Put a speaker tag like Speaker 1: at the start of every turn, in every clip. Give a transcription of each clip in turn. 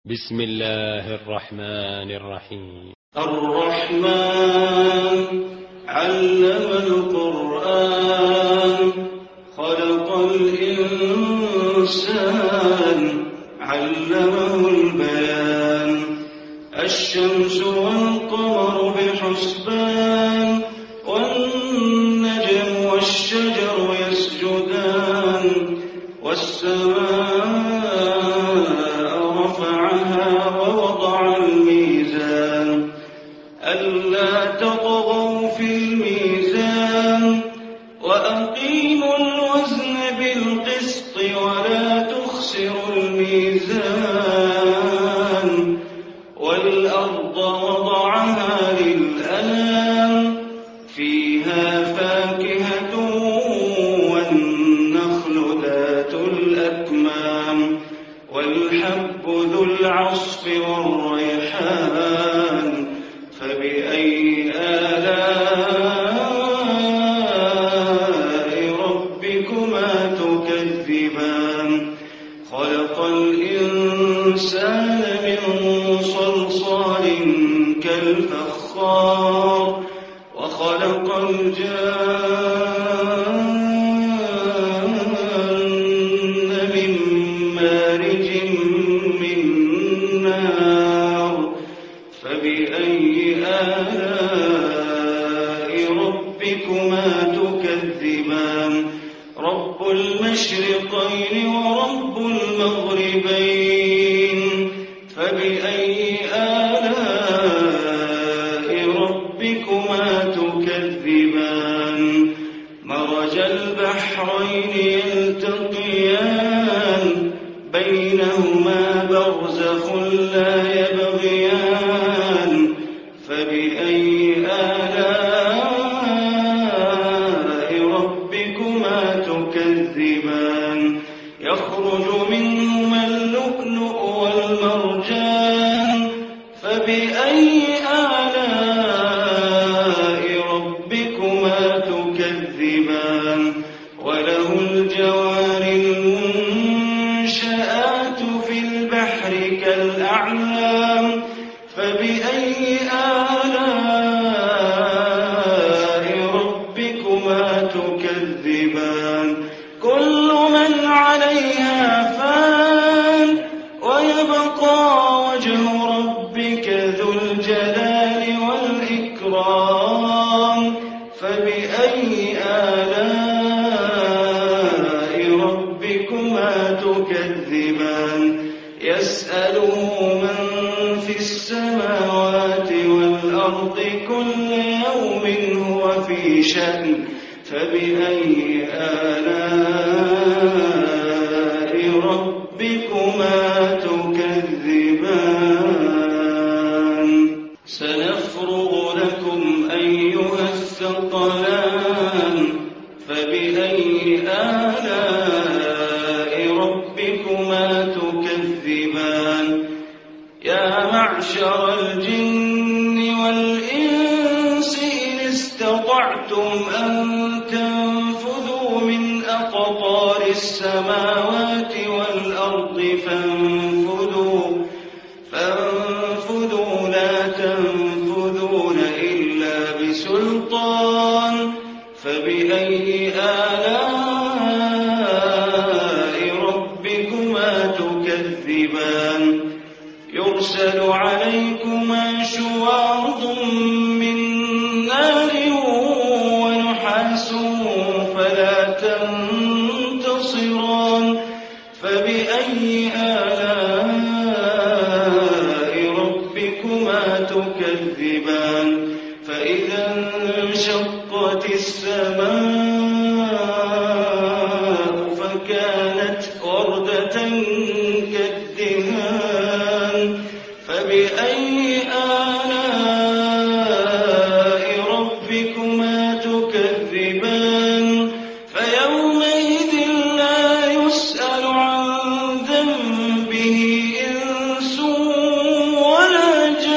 Speaker 1: بسم الله الرحمن الرحيم.
Speaker 2: الرحمن علم القرآن خلق الإنسان علمه البيان الشمس والقمر بحسبان والنجم والشجر يسجدان والسماء رفعها ووضع الميزان ألا تطغوا في الميزان وأقيموا الوزن بالقسط ولا تخسروا الميزان والأرض وضعها للأنام فيها فاكهة والنخل ذات الأكمام والحب ذو العصف والريحان فبأي آلاء ربكما تكذبان خلق الإنسان من صلصال كالفخار وخلق الجان من مارج من نار فبأي آلاء ربكما تكذبان رب المشرقين ورب المغربين فبأي آلاء ربكما تكذبان مرج البحرين يلتقيان بينهما برزخ لا يبغيان فبأي آلاء ربكما تكذبان يخرج منهما اللؤلؤ والمرجان فبأي آلاء ربكما تكذبان وله الجوار المنشآت في البحر كالأعلام فبأي آلاء ربكما تكذبان كل من عليها فان ويبقى وجه ربك ذو الجلال والإكرام فبأي آلاء ربكما تكذبان يسأله من في السماوات والأرض كل يوم هو في شأن فبأي آلاء ربكما تكذبان سنفرغ لكم أيها الثقلان فبأي آلاء ربكما تكذبان يا معشر الجن والإنس إن استطعتم أن تنفذوا من أقطار السماوات والأرض فانفذوا لا تنفذون إلا بسلطان فبأي آلاء ربكما تكذبان يرسل عليكما شواظ من نار ونحاس فلا تنتصران فبأي آلاء ربكما تكذبان فإذا انشقت السماء فكانت وردة كالدهان فبأي آلاء ربكما تكذبان فيومئذ لا يسأل عن ذنبه إنس ولا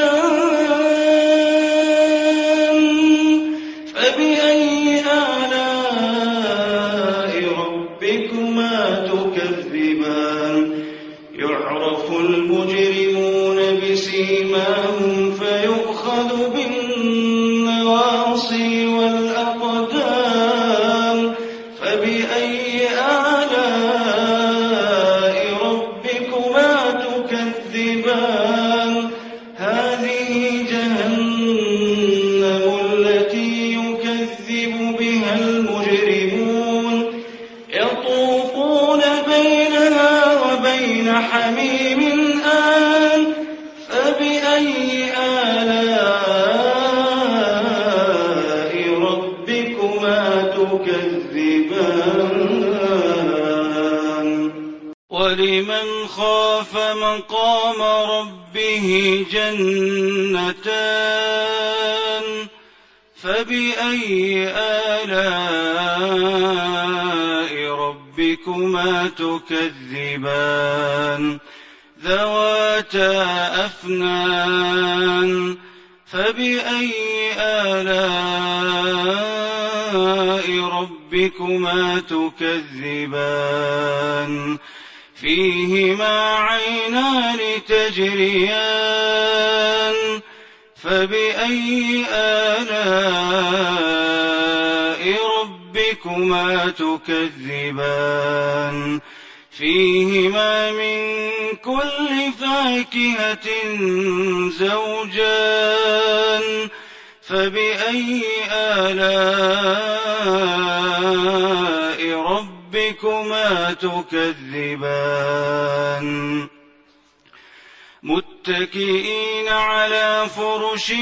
Speaker 2: جان فبأي آلاء ربكما تكذبان يعرف المجرمون المجرمون بسيماهم فيؤخذ بالنواصي والأقدام فبأي آلاء ربكما تكذبان هذه جهنم التي يكذب بها المجرمون يطوفون بينها وبين حميم آن فبأي آلاء ربكما تكذبان ولمن خاف مقام ربه جنتان فبأي آلاء ربكما تكذبان ذواتا أفنان فبأي آلاء ربكما تكذبان فيهما عينان تجريان فبأي آلاء ربكما تكذبان فيهما من كل فاكهة زوجان فبأي آلاء ربكما تكذبان متكئين على فرش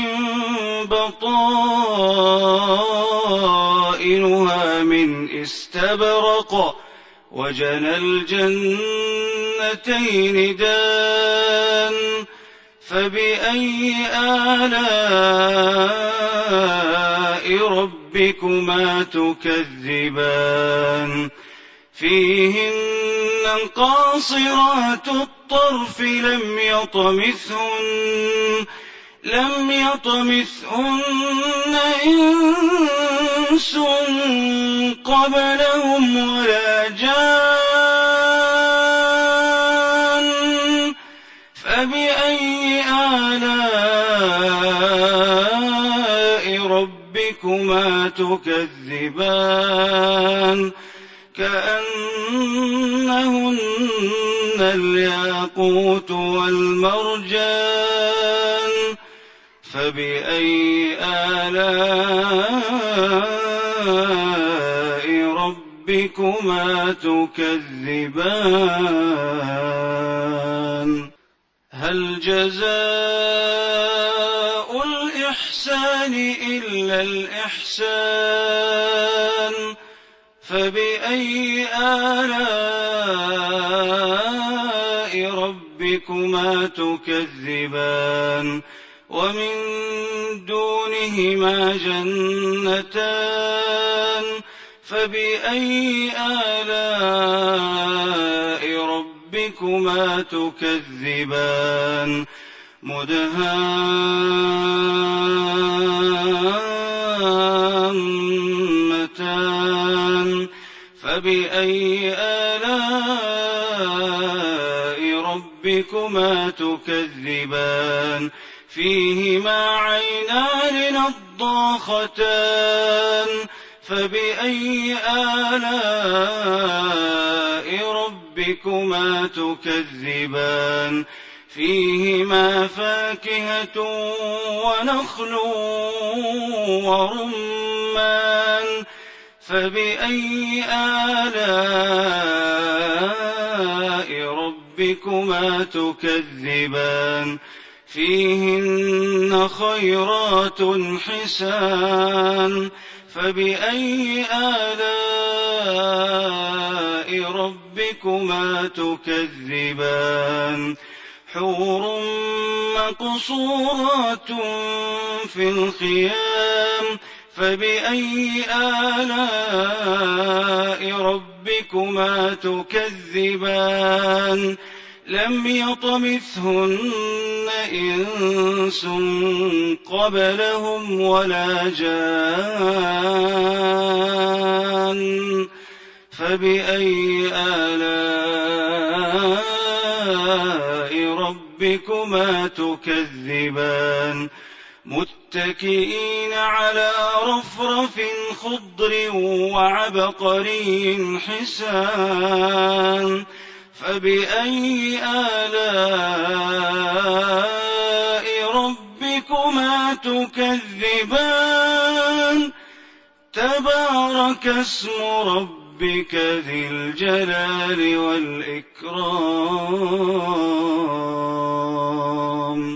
Speaker 2: بطائنها من استبرق وجنى الجنتين دان فبأي آلاء ربكما تكذبان فيهن قاصرات الطرف لم يطمثهن إنس قبلهم ولا جان فبأي آلاء ربكما تكذبان كأنهن الياقوت والمرجان فبأي آلاء ربكما تكذبان هل جزاء الإحسان إلا الإحسان فبأي آلاء ربكما تكذبان ومن دونهما جنتان فبأي آلاء ربكما تكذبان مدهامتان فبأي آلاء ربكما تكذبان فيهما عينان نضاختان فبأي آلاء ربكما تكذبان فيهما فاكهة ونخل ورمان فبأي آلاء ربكما تكذبان فيهن خيرات حسان فبأي آلاء ربكما تكذبان حور مقصورات في الخيام فبأي آلاء ربكما تكذبان لم يطمثهن إنس قبلهم ولا جان فبأي آلاء ربكما ربكما تكذبان متكئين على رفرف خضر وعبقري حسان فبأي آلاء ربكما تكذبان تبارك اسم ربك ذي الجلال والإكرام